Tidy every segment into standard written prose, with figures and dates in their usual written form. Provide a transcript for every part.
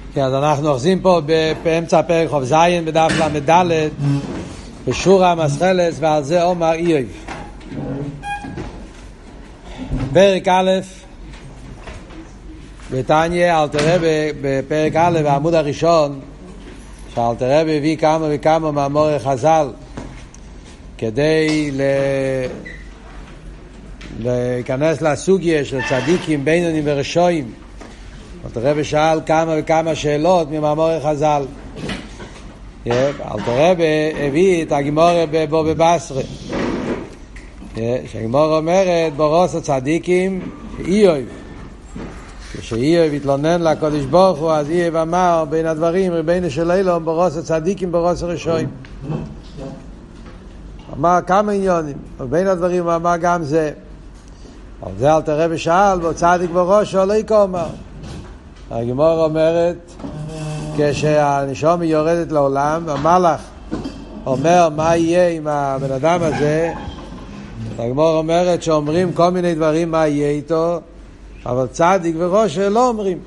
כן, אז אנחנו אוחזים פה באמצע פרק חוב זין בדף למדלת בשורה המסחלס, ועל זה אומר איוב. פרק א' בתניא אלתר רבי בפרק א' בעמוד הראשון, שאלתר רבי הביא כמה וכמה מאמרי חז"ל כדי להיכנס לסוגיה של צדיקים בינונים ורשעים. אלתר רבי שאל כמה וכמה שאלות ממאמרי חז"ל. אלתר רבי הביא את הגמרא בבבא בסרה, שהגמרא אומרת בראש הצדיקים איוב, כשאיוב התלונן לקדוש ברוך הוא, אז איוב אמר בין הדברים ריבונו של עולם בראש הצדיקים בראש הרשעים. אמר כמה עניונים, ובין הדברים הוא אמר גם זה. על זה אלתר רבי שאל צדיק בראשו לא יקומר. הגמרא אומרת כשהנשמה יורדת לעולם, המלאך אומר מה יהיה עם הבן אדם הזה. הגמרא אומרת שאומרים כל מיני דברים מה יהיה איתו, אבל צדיק וראשו לא אומרים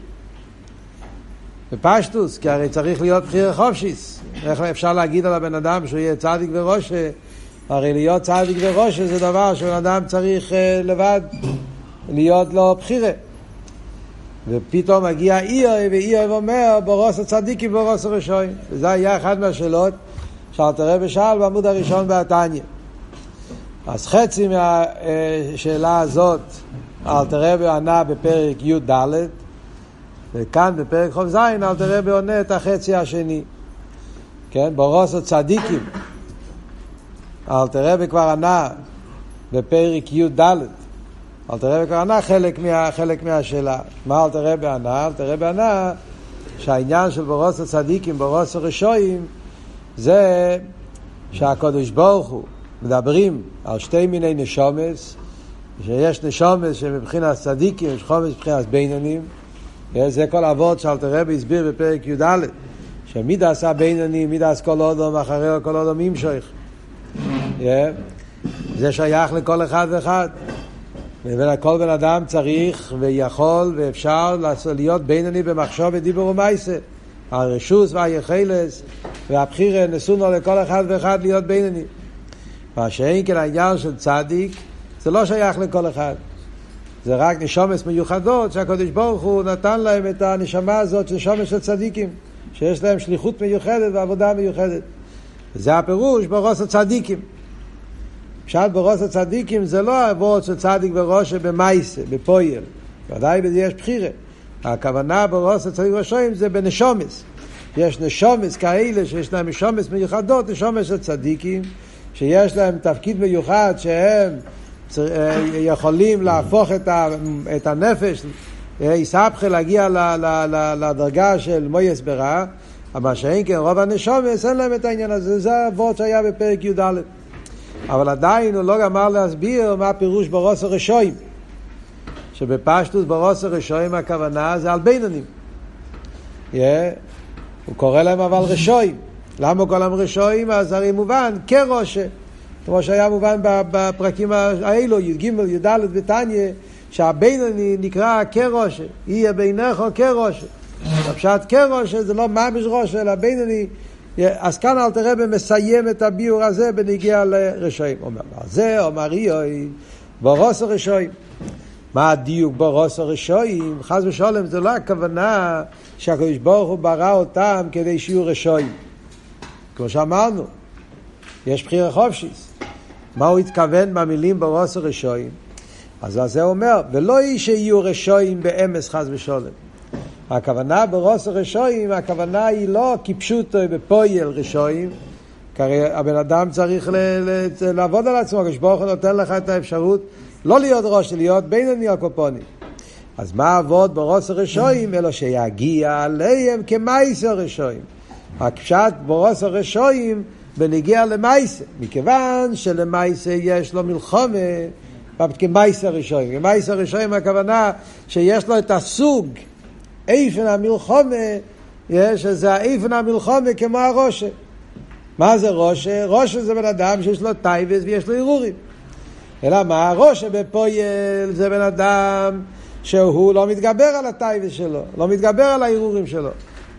בפשטוס, כי הרי צריך להיות בחירה חופשיס. איך אפשר להגיד על הבן אדם שהוא יהיה צדיק וראשו? הרי להיות צדיק וראשו זה דבר שבן אדם צריך לבד להיות לו בחירה. ופתאום מגיע איוב, ואיוב אומר בראש הצדיקים בראש הרשעים. וזה היה אחד מהשאלות שאלתר רבי שאל בעמוד הראשון בתניא. אז חצי מהשאלה הזאת אלתר רבי ענה בפרק י"ד, וכאן בפרק חוב זין אלתר רבי עונה את החצי השני. כן, בראש הצדיקים אלתר רבי כבר ענה בפרק י"ד. אלתר רבי כבר ענה חלק מהשאלה. מה אלתר רבי ענה? אלתר רבי ענה שהעניין של בראש הצדיקים בראש הרשעים זה שהקדוש ברוך הוא מדברים על שתי מיני נשומות, שיש נשומות שמבחינת צדיקים יש חומש מבחינת בינונים. זה כל העבוד שאלתר רבי הסביר בפרק י"ד, שמידס הבינונים מידס כל אדם אחרי כל אדם ימשוך. זה שייך לכל אחד ואחד, וכל בן אדם צריך ויכול ואפשר להיות בינוני במחשוב ודיבור ומעשה. הרשוס והיחילס והבחירה נסונו לכל אחד ואחד להיות בינוני. מה שאין כן העניין של צדיק זה לא שייך לכל אחד, זה רק נשומות מיוחדות שהקדוש ברוך הוא נתן להם את הנשמה הזאת, נשומות של צדיקים שיש להם שליחות מיוחדת ועבודה מיוחדת. זה הפירוש בראש הצדיקים. פשט בראש הצדיקים זה לא העבוד של צדיק וראש במעשה, בפועל, ודאי בזה יש בחירה. הכוונה בראש הצדיק וראשיים זה בנשומות. יש נשומות כאלה שיש להם נשומות מיוחדות, נשומות של צדיקים שיש להם תפקיד מיוחד, שהם יכולים להפוך את הנפש יסבכה להגיע לדרגה של מויס ברע. אבל שאין כן רוב הנשומות אין להם את העניין הזה. זה העבוד שהיה בפרק י"ד. אבל עדיין הוא לא גמר להסביר מה הפירוש בראש הרשעים, שבפשטוס בראש הרשעים הכוונה זה על בינונים. הוא קורא להם אבל רשעים. למה כל הם רשעים? אז הרי מובן כראשה, כמו שהיה מובן בפרקים האלו י"ג י"ד בתניא, שהבינוני נקרא כראשה, יהיה בינך כראשה. הפשט כראשה זה לא ממש ראשה אלא בינוני. אז כאן אלתר רבי מסיים את הביאור הזה בנגיע לרשעים. אומר זה אומר איוב בראש הרשעים. מה הדיוק בראש הרשעים? חס ושלום זה לא הכוונה שהקדוש ברוך הוא ברא אותם כדי שיהיו רשעים. כמו שאמרנו, יש בחירה חופשית. מה הוא התכוון במילים בראש הרשעים? אז זה אומר ולא שיהיו רשעים באמס חס ושלום. הכוונה בראש הרשעים, הכוונה היא לא כפשוטו בפועל רשעים, כי הבן אדם צריך לעבוד על עצמו. הקדוש ברוך הוא נותן לך את האפשרות לא להיות ראש, להיות בינוני הקופונים. אז מה עבוד בראש הרשעים? אלא שיגיע עליהם כמעשה הרשעים. הפשט בראש הרשעים בנגיע למעשה, מכיוון שלמעשה יש לו מלחמה כמעשה הרשעים. כמעשה הרשעים הכוונה שיש לו את הסוג איפן המלחמה, שזה האיפן המלחמה כמו הראשה. מה זה ראשה? ראשה זה בן אדם שיש לו טייבס ויש לו ערעורים. אלא מה? הראשה בפועל זה בן אדם שהוא לא מתגבר על הטייבס שלו, לא מתגבר על הערעורים שלו.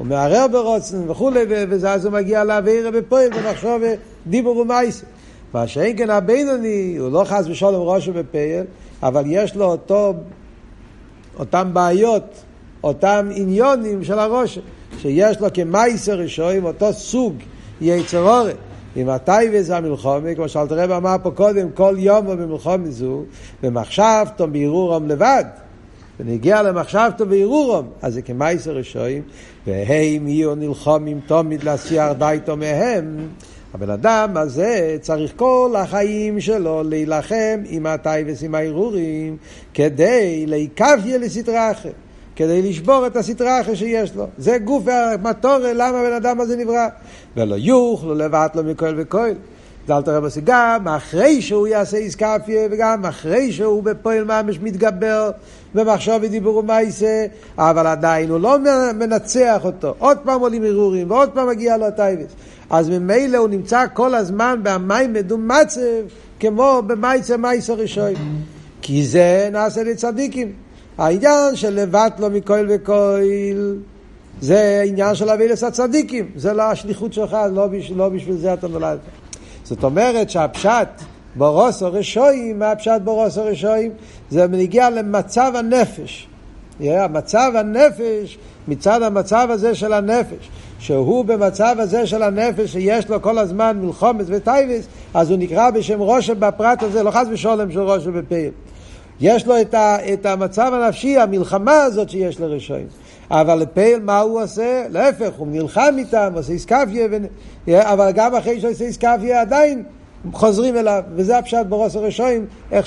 הוא מערער ברוצן וכולי, ואז הוא מגיע לעבירה בפועל במחשוב דיבור ומעשה. מה שאין כן הבינוני, הוא לא חס ושלום ראשו בפועל, אבל יש לו אותם בעיות, אותם עניונים של הראש, שיש לו כמייסר ראשונים, אותו סוג יצר הרע. אם הטייבס המלחומה, כמו שאלתר רבי אמר פה קודם, כל יום במלחומה זו, ומחשבתו בערעורם לבד, ונגיע למחשבתו בערעורם, אז זה כמייסר ראשונים, והם יהיו נלחמים תמיד להסיח דעתו מהם. הבן אדם הזה צריך כל החיים שלו להילחם עם הטייבס, עם הערעורים, כדי להיקפיה לסטרה אחר, כדי לשבור את הסטרה אחר שיש לו. זה גוף המטורה, למה הבן אדם הזה נברא. ולא יוכלו לבט לו מכל וכל. זה אל תראה בזה, גם אחרי שהוא יעשה איסקפיה, וגם אחרי שהוא בפועל ממש מתגבר, במחשב ודיבור ומעשה, אבל עדיין הוא לא מנצח אותו. עוד פעם עולים ערעורים, ועוד פעם מגיע לו הטייבס. אז ממילא הוא נמצא כל הזמן במים מדום מצב, כמו במייצה מייסה ראשון. כי זה נעשה לצדיקים. העניין של לבט לו מכל וכל, זה עניין של אבילס הצדיקים. זה לא השליחות שלך, לא בשביל זה אתה נולדת. זאת אומרת שהפשט ברוס הראשונים, מה הפשט ברוס הראשונים? זה מגיע למצב הנפש. מצב הנפש, מצד המצב הזה של הנפש, שהוא במצב הזה של הנפש שיש לו כל הזמן מלחומס וטייבס, אז הוא נקרא בשם ראש בפרט הזה, לא חס ושולם של ראש בפעיל. יש לו את המצב הנפשי, המלחמה הזאת שיש לראשונים. אבל לפעיל מה הוא עושה? להפך, הוא נלחם איתם, עושה איסקפיה, אבל גם אחרי שעושה איסקפיה עדיין חוזרים אליו, וזה הפשט ברוס הראשונים,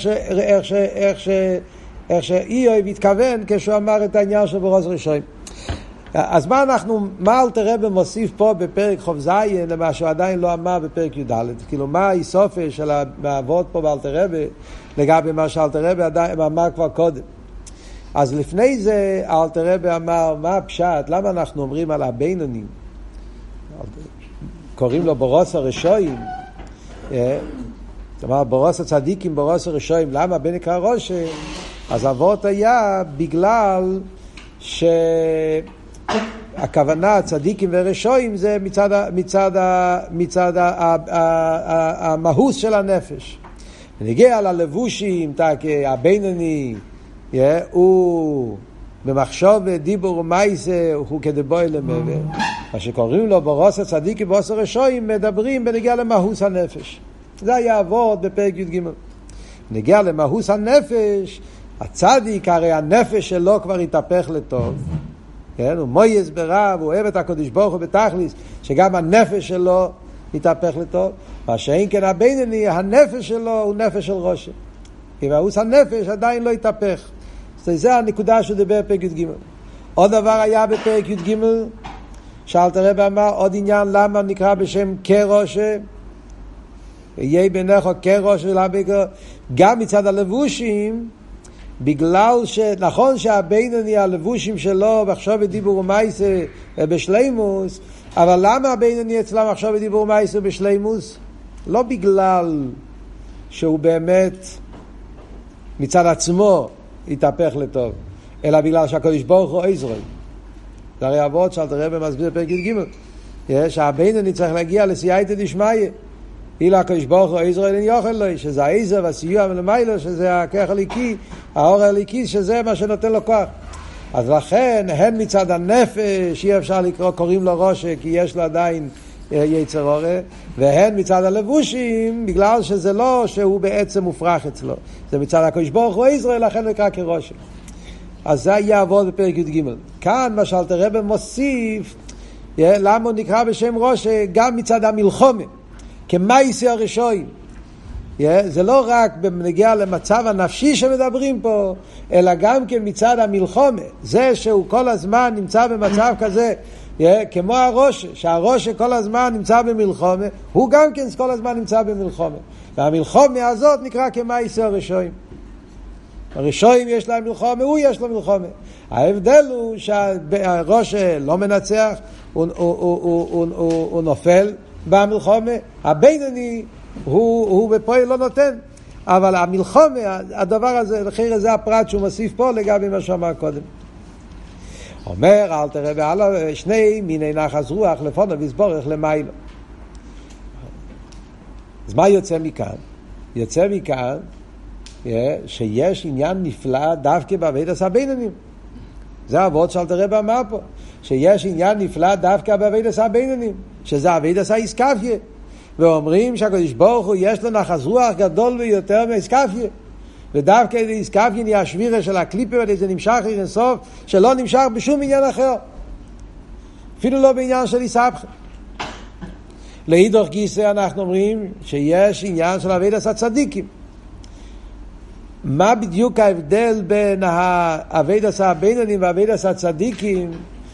איך שאיוב התכוון כשהוא אמר את העניין של ברוס הראשונים. אז מה אלתר רבי מוסיף פה בפרק חוב זין, למה שהוא עדיין לא אמר בפרק י"ד? כאילו מה הסופה של העבוד פה באלתר רבי, לגבי מה שאלתר רבי עדיין אמר כבר קודם. אז לפני זה אלתר רבי אמר, מה הפשט? למה אנחנו אומרים על הבינונים? קוראים לו ברוס הראשונים, זאת אומרת, ברוס הצדיקים, ברוס הראשונים, למה בין נקרא ראש? אז אבות היה בגלל שהכוונה צדיקים ורשועים זה מצד המהוס של הנפש. ונגיע ללבושים, הבינוני, הוא במחשוב דיבור ומעשה, הוא כדבוי למעבר. מה שקוראים לו ברוס הצדיקים וברוס הרשועים, מדברים בנגיע למהוס הנפש. זה היה עבוד בפרק י"ג. נגיע למהוס הנפש, הצדיק, הרי הנפש שלו כבר התהפך לטוב. כן? הוא מויז ברב, הוא אוהב את הקדוש ברוך הוא בתכליס, שגם הנפש שלו התהפך לטוב. מה שאין כן הבינוני, הנפש שלו הוא נפש של ראש. כי מהוס הנפש עדיין לא התהפך. זה הנקודה שהוא דיבר בפרק י"ג. עוד דבר היה בפרק י"ג, שאלתר רבי אמר, עוד עניין למה נקרא בשם כראש, יהיה בינך כראש, גם מצד הלבושים, בגלל שנכון שהבינוני הלבושים שלו מחשוב ודיבור ומעשה בשלימוס, אבל למה הבינוני אצלם מחשוב ודיבור ומעשה בשלימוס? לא בגלל שהוא באמת מצד עצמו התהפך לטוב, אלא בגלל שהקדוש ברוך הוא עזרא. זה הרי אבות שאלתר רבי מסביר בפרק י"ג, שהבינוני צריך להגיע לסייעתא דשמיא. אילו הקדוש ברוך הוא עזרא אין יוכל לו, שזה העזר והסיוע מלמיילו, שזה הכוח הליקי, האור הליקי, שזה מה שנותן לו כוח. אז לכן, הן מצד הנפש, אי אפשר לקרוא, קוראים לו ראש, כי יש לו עדיין יצר הרע, והן מצד הלבושים, בגלל שזה לא שהוא בעצם מופרח אצלו. זה מצד הקדוש ברוך הוא עזרא, לכן נקרא כראש. אז זה יעבוד בפרק י"ג. כאן, מה שאלתר רבי מוסיף, למה הוא נקרא בשם ראש, גם מצד המלחמה. כמייסי הראשונים. זה לא רק בנגיע למצב הנפשי שמדברים פה, אלא גם כן מצד המלחמה. זה שהוא כל הזמן נמצא במצב כזה, כמו הראש, שהראש כל הזמן נמצא במלחמה, הוא גם כן כל הזמן נמצא במלחמה. והמלחמה הזאת נקרא כמייסי הראשונים. הראשונים יש להם מלחמה, הוא יש לו מלחמה. ההבדל הוא שהראש לא מנצח, הוא נופל במלחמה, הבינוני הוא בפועל לא נותן, אבל המלחמה, הדבר הזה, לכן זה הפרט שהוא מוסיף פה לגבי מה שאמר קודם. אומר אל תראה בעלה שני מיני נחס רוח לפונו ויסבורך למיילו. אז מה יוצא מכאן? יוצא מכאן שיש עניין נפלא דווקא בעבודת הבינונים. זה העבוד שאל תראה באמר פה, שיש עניין נפלא דווקא בעבודת הבינונים, שזה עבודת האיסקפיה. ואומרים שהקדוש ברוך הוא יש לו נחס רוח גדול ביותר מהאיסקפיה, ודווקא האיסקפיה נהיה השבירה של הקליפה, וזה נמשך אינסוף שלא נמשך בשום עניין אחר, אפילו לא בעניין של איסבכה. להידוך גיסא אנחנו אומרים שיש עניין של עבודת הצדיקים. מה בדיוק ההבדל בין עבודת הבינונים ועבודת הצדיקים?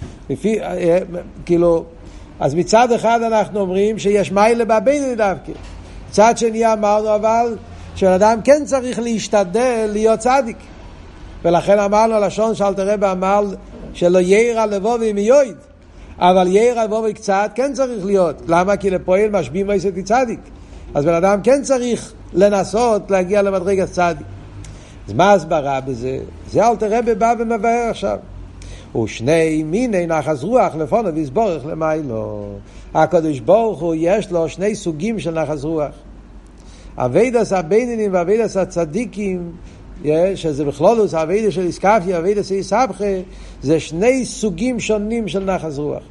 כאילו, אז מצד אחד אנחנו אומרים שיש מיילה בבינונים דווקא, מצד שני אמרנו אבל שאדם כן צריך להשתדל להיות צדיק, ולכן אמרנו לשון שאל תראה באמר שלא ירא לבובי מיועד, אבל ירא לבובי קצת כן צריך להיות. למה? כי לפועל משביעים מייסת כצדיק, אז בן אדם כן צריך לנסות להגיע למדרגת צדיק. אז מה הסברה בזה? זה אל תראה בבא ומבאר עכשיו. ושני מיני נחס רוח לפונו ויסבורך למיילו. הקדוש ברוך הוא יש לו שני סוגים של נחס רוח. עבודת הבינונים ועבודת הצדיקים, שזה בכלולוס עבודת של איסקפיה, עבודת של איסבכה, זה שני סוגים שונים של נחס רוח.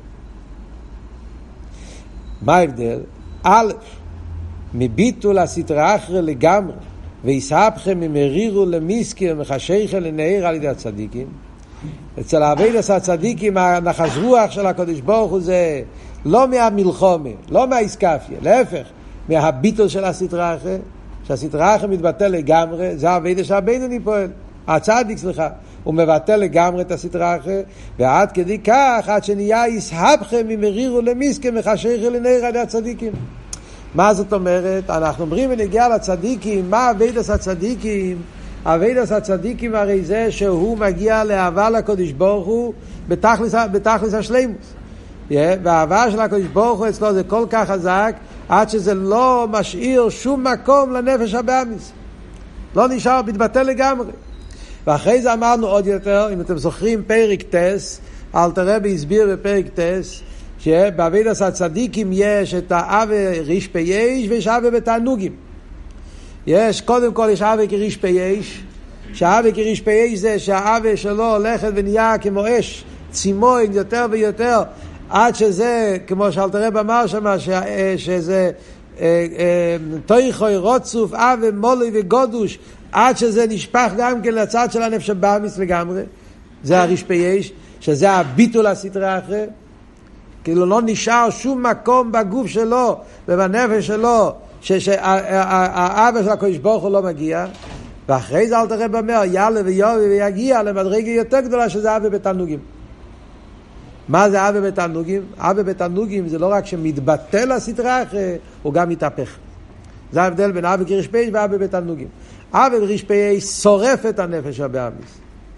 מה ההבדל? א', מביטול הסתרא אחרא לגמרי, ואיסבכה ממרירו למיסקי ומחשיכה לנעיר על ידי הצדיקים. אצל עבודת הצדיקים הנחס רוח של הקדוש ברוך הוא זה לא מהמלחמה, לא מהאיסקפיה, להפך, מהביטול של הסתרא אחרא, שהסתרא אחרא מתבטל לגמרי, זה עבודת שהבינוני פועל. הצדיק, סליחה, הוא מבטל לגמרי את הסתרא אחרא, ועד כדי כך, עד שנהיה איסבכה ממרירו למיסקי מחשיכה לנעיר על ידי הצדיקים. מה זאת אומרת? אנחנו אומרים ונגיע לצדיקים, מה עבודת הצדיקים? עבודת הצדיקים הרי זה שהוא מגיע לאהבה לקדוש ברוך הוא בתכלס השלמות. והאהבה של הקדוש ברוך הוא אצלו זה כל כך חזק, עד שזה לא משאיר שום מקום לנפש הבאמיס. לא נשאר, מתבטל לגמרי. ואחרי זה אמרנו עוד יותר, אם אתם זוכרים פרק טס, אלתר רבי הסביר בפרק טס, שבעבודת הצדיקים יש את האווה ריש פייש ויש אווה בתענוגים. יש, קודם כל יש אווה כריש פייש, שהאווה כריש פייש זה שהאווה שלו הולכת ונהיה כמו אש, צימוין יותר ויותר, עד שזה, כמו שאלתר רבי אמר שמה, שזה תויכוי רוצוף אווה מולי וגודוש, עד שזה נשפך גם כן לצד של הנפש הבאמיס לגמרי. זה הריש פייש, שזה הביטול הסתרא אחרא, כאילו לא נשאר שום מקום בגוף שלו ובנפש שלו שהאבא של הקדוש ברוך הוא לא מגיע. ואחרי זה אלתר רבי אומר יעלה ויובי ויגיע למדרגה יותר גדולה, שזה אבא בתענוגים. מה זה אבא בתענוגים? אבא בתענוגים זה לא רק שמתבטל הסתרא אחרא, הוא גם מתהפך. זה ההבדל בין אבא כריש פייש ואבא בתענוגים. אבא כריש פייש שורף את הנפש הבאמיס,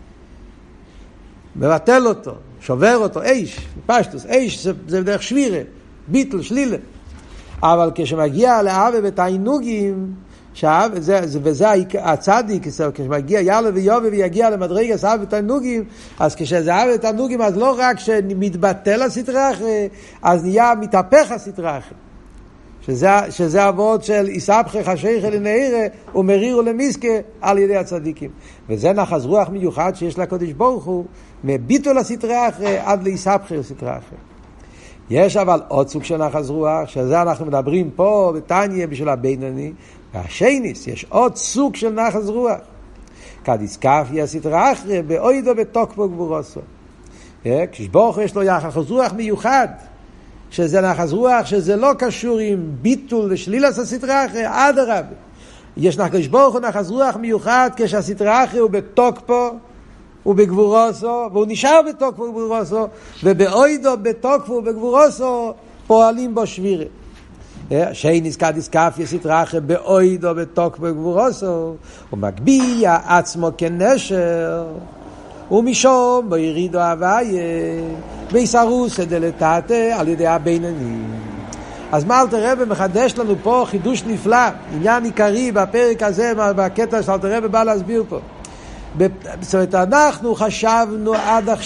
מבטל אותו, שובר אותו, אש, פשטוס, אש זה דרך שבירה, ביטל, שלילה. אבל כשמגיע לאהבה בתענוגים, וזה הצדיק, כשמגיע יעלה ויובי ויגיע למדרגה אהבה בתענוגים, אז כשזה אהבה בתענוגים, אז לא רק שמתבטל הסתרא אחרא, אז נהיה מתהפך הסתרא אחרא. שזה עבוד של איסבכה חשיכה לנעיר ומרירו למיסקה על ידי הצדיקים. וזה נחס רוח מיוחד שיש לקדוש ברוך הוא, מביטול הסתרא אחרא עד לאיסבכה הסתרא אחרא. יש אבל עוד סוג של נחס רוח, שזה אנחנו מדברים פה בתניא בשביל הבינוני, והשייניס, יש עוד סוג של נחס רוח. כדיסקפיה הסתרא אחרא באוידו בתוקפו גבורוסו. כשברוך יש לו יחס רוח מיוחד, שזה נחס רוח, שזה לא קשור עם ביטול ושלילת הסתרא אחרא, אדרבה. יש לקדוש ברוך הוא נחס רוח מיוחד כשהסתרא אחרא הוא בתוקפו ובגבורוסו, והוא נשאר בתוקפו ובגבורוסו, ובאוידו בתוקפו ובגבורוסו פועלים בו שבירה. שייניס כדיסקפיה סתרא אחרא באוידו בתוקפו ובגבורוסו, הוא מגביה עצמו כנשר, ומשום בו ירידו הוויה ויסרוס דלתתא על ידי הבינונים. אז מה אלתר רבי מחדש לנו פה חידוש נפלא, עניין עיקרי בפרק הזה, בקטע שאלתר רבי בא להסביר פה. זאת אומרת, אנחנו חשבנו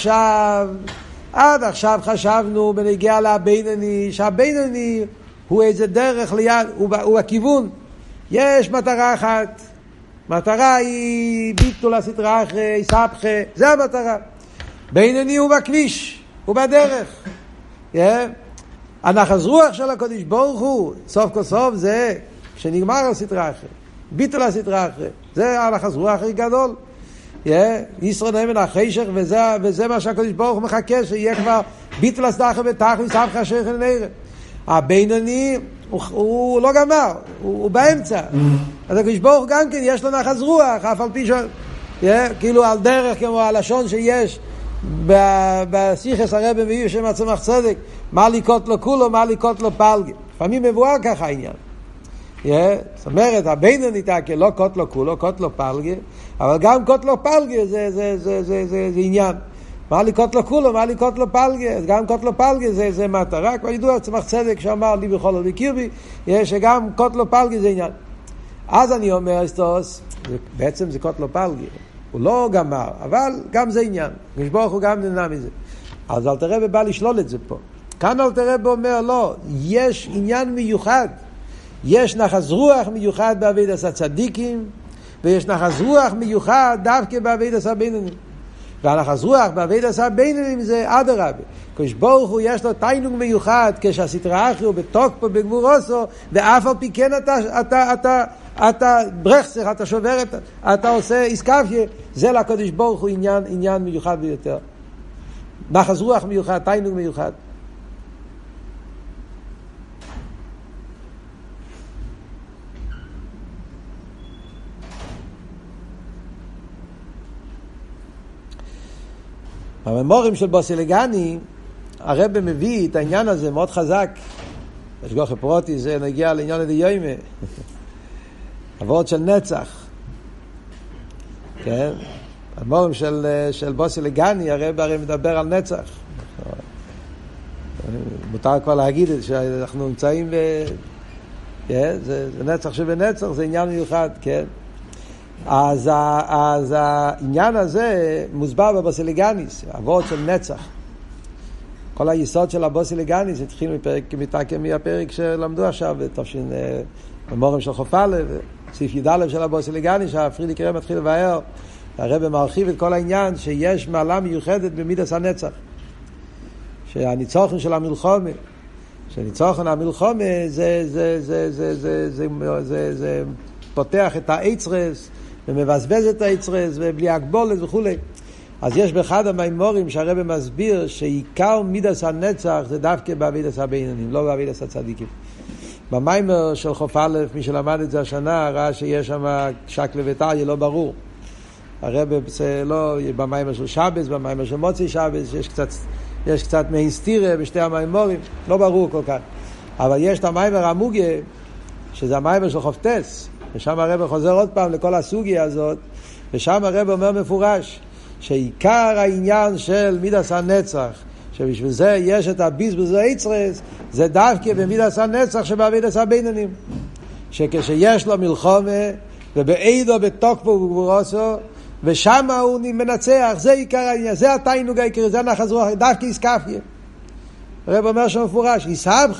עד עכשיו חשבנו בנגיע לבינוני, שהבינוני הוא איזה דרך ליד, הוא הכיוון. יש מטרה אחת, מטרה היא ביטול הסטרא אחרי, סבכה, זה המטרה. בינוני הוא בכביש, הוא בדרך. הנחס רוח של הקדוש ברוך הוא, סוף כל סוף זה שנגמר הסטרא אחרי, ביטול הסטרא אחרי, זה הנחס רוח הכי גדול. ישראל נאמן החשך, וזה מה שהקדוש ברוך הוא מחכה, שיהיה כבר ביטול הסטרא אחרי בתכלס סבכה שכל נראה. הבינוני הוא לא גמר, הוא באמצע. אז הקדוש ברוך הוא גם כן יש לו נחס רוח, אף על פי כאילו על דרך כמו הלשון שיש בשיחס הרבי מביא שם הצמח צדק, מה ליקות לו כולו, מה ליקות לו פלגי. לפעמים מבואר ככה העניין. זאת אומרת, הבינוני תקה לא קות לו כולו, קות לו פלגי, אבל גם קות לו פלגי זה עניין. מה ליקות לו כולו, מה ליקות לו פלגי, גם קות לו פלגי זה מטרה. כבר ידוע צמח צדק שאמר לי בכל עוד וקרבי, שגם קות לו פלגי זה עניין. אז אני אומר, בעצם זה קות לו פלגי. הוא לא גמר, אבל גם זה עניין. משבוך הוא גם נהנה מזה. אז אלתר רבי בא לשלול את זה פה. כאן אלתר רבי אומר, לא, יש עניין מיוחד. יש נחס רוח מיוחד בעבודת הצדיקים, ויש נחס רוח מיוחד דווקא בעבודת הבינוניים. והנחס רוח בעבודת הבינוניים זה אדרבה. כשברוך הוא יש לו תענוג מיוחד, כשהסטרא אחרי הוא בתוקפו בגבורוסו, ואף על פי כן אתה ברחסך, אתה שובר, אתה עושה איסקפיה, זה לקדוש ברוך הוא עניין מיוחד ביותר. נחס רוח מיוחד, תענוג מיוחד. בממורים של בוסילגני הרב מביא את העניין הזה מאוד חזק. השגוח פרוטי זה נגיע לעניין הדיומה, עבוד של נצח. כן? הממורים של בוסילגני הרב הרי מדבר על נצח. מותר כבר להגיד את שאנחנו נמצאים זה נצח שבנצח, זה עניין מיוחד, כן? אז העניין הזה מוסבר בבוסילגניס, אבות של נצח. כל היסוד של הבוסילגניס התחיל מהפרק שלמדו עכשיו בתושין במורם של חופלה, סעיף י"א של הבוסילגניס, שהפרידיק רב מתחיל לבאר, הרב מרחיב את כל העניין שיש מעלה מיוחדת במידס הנצח, שהניצוחן של המלחמה, שניצוחן המלחמה זה פותח את העצרס ומבזבז את העצרס ובלי הגבולת וכו'. אז יש באחד המיימורים שהרבא מסביר שעיקר מידס הנצח זה דווקא בעבודת הבינוניים, לא בעבודת הצדיקים. במיימר של חוף א', מי שלמד את זה השנה ראה שיש שם שקלה וטריה לא ברור. הרבא לא במיימר של שבס, במיימר של מוצאי שבס, יש קצת מהיסתירה בשתי המיימורים, לא ברור כל כך. אבל יש את המיימר המוגה, שזה המיימר של חוף טס, ושם הרב חוזר עוד פעם לכל הסוגיה הזאת, ושם הרב אומר מפורש שעיקר העניין של מידס הנצח, שבשביל זה יש את הביזבוז היצרס, זה דווקא במידס הנצח שבעבודת הבינוניים, שכשיש לו מלחמה ובעידו בתוקפו ובגבורוסו, ושם הוא מנצח, זה עיקר העניין, זה התענוג העיקרי, זה נחס רוח, דווקא איסקפיה. הרב אומר שם מפורש, איסבכה,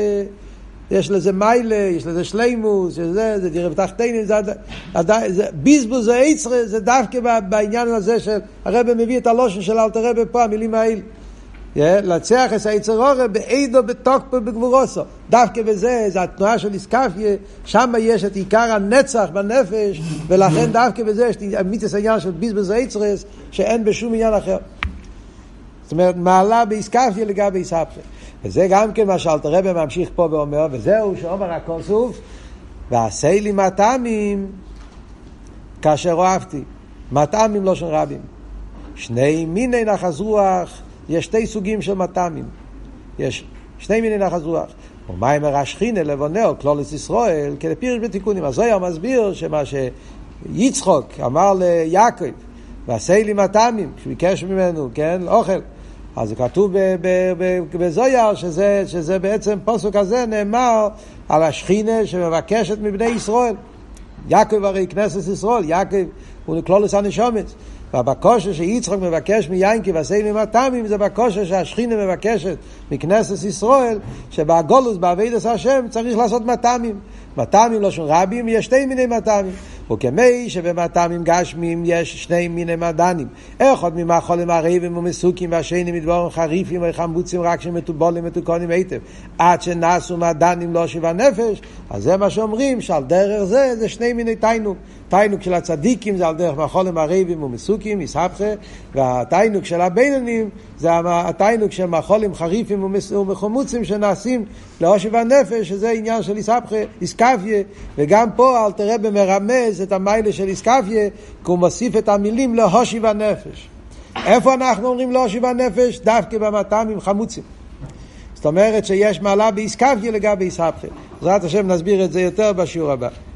יש לזה מיילה, יש לזה שלימוס, זה דירה בתחתינים, זה ביזבוז היצרה, זה דווקא בעניין הזה של הרב מביא את הלושן של אלתר רבי פה, המילים האלה. לצח את היצר אורה בעידו בתוקפו בגבורוסו. דווקא בזה, זה התנועה של איסקפיה, שם יש את עיקר הנצח בנפש, ולכן דווקא בזה יש מיתוס העניין של ביזבוז היצרה, שאין בשום עניין אחר. זאת אומרת, מעלה באיסקפיה לגבי איסבכה. וזה גם כן מה שאלתר רבי ממשיך פה ואומר, וזהו שאומר הכל סוף, ועשה לי מטעמים כאשר אוהבתי. מטעמים לא של רבים. שני מיני נחס רוח, יש שתי סוגים של מטעמים. יש שני מיני נחס רוח. ומה אמר השכינה לבונהו, כלולת ישראל, כפירוש בתיקונים. אז הוא מסביר שמה שיצחוק אמר ליעקב, ועשה לי מטעמים, שביקש ממנו, כן, אוכל. אז זה כתוב בזויר שזה בעצם פסוק הזה נאמר על השכינה שמבקשת מבני ישראל. יעקב הרי כנסת ישראל, יעקב הוא כלולוס הנשומץ. והבקושה שיצחק מבקש מיינקב עשה ממטעמים, זה בקושה שהשכינה מבקשת מכנסת ישראל, שבגולוס בעבודת השם צריך לעשות מטעמים. מטעמים לא שום רבים, יש שתי מיני מטעמים. וכמי שבמטעמים גשמים יש שני מיני מדנים. אחד ממאכולים הרעבים ומסוקים, והשני מדברים חריפים וחמוצים רק שמטובולים מתוקונים היטב. עד שנעשו מדנים לא שיבה נפש, אז זה מה שאומרים, שעל דרך זה שני מיני תיינוק. תיינוק של הצדיקים זה על דרך מאכולים הרעבים ומסוקים, יסהפכה, והתיינוק של הבינונים זה התיינוק של מאכולים חריפים ומחומוצים שנעשים להושיב הנפש, שזה עניין של יסהפכה, יסקפיה, וגם פה אל תראה במרמז את המיילה של יסקפיה, כי הוא מוסיף את המילים להושיב הנפש. איפה אנחנו אומרים להושיב הנפש? דווקא במטעמים חמוצים. זאת אומרת שיש מעלה ביסקפיה לגבי יסהפכה. בעזרת השם נסביר את זה יותר בשיעור הבא.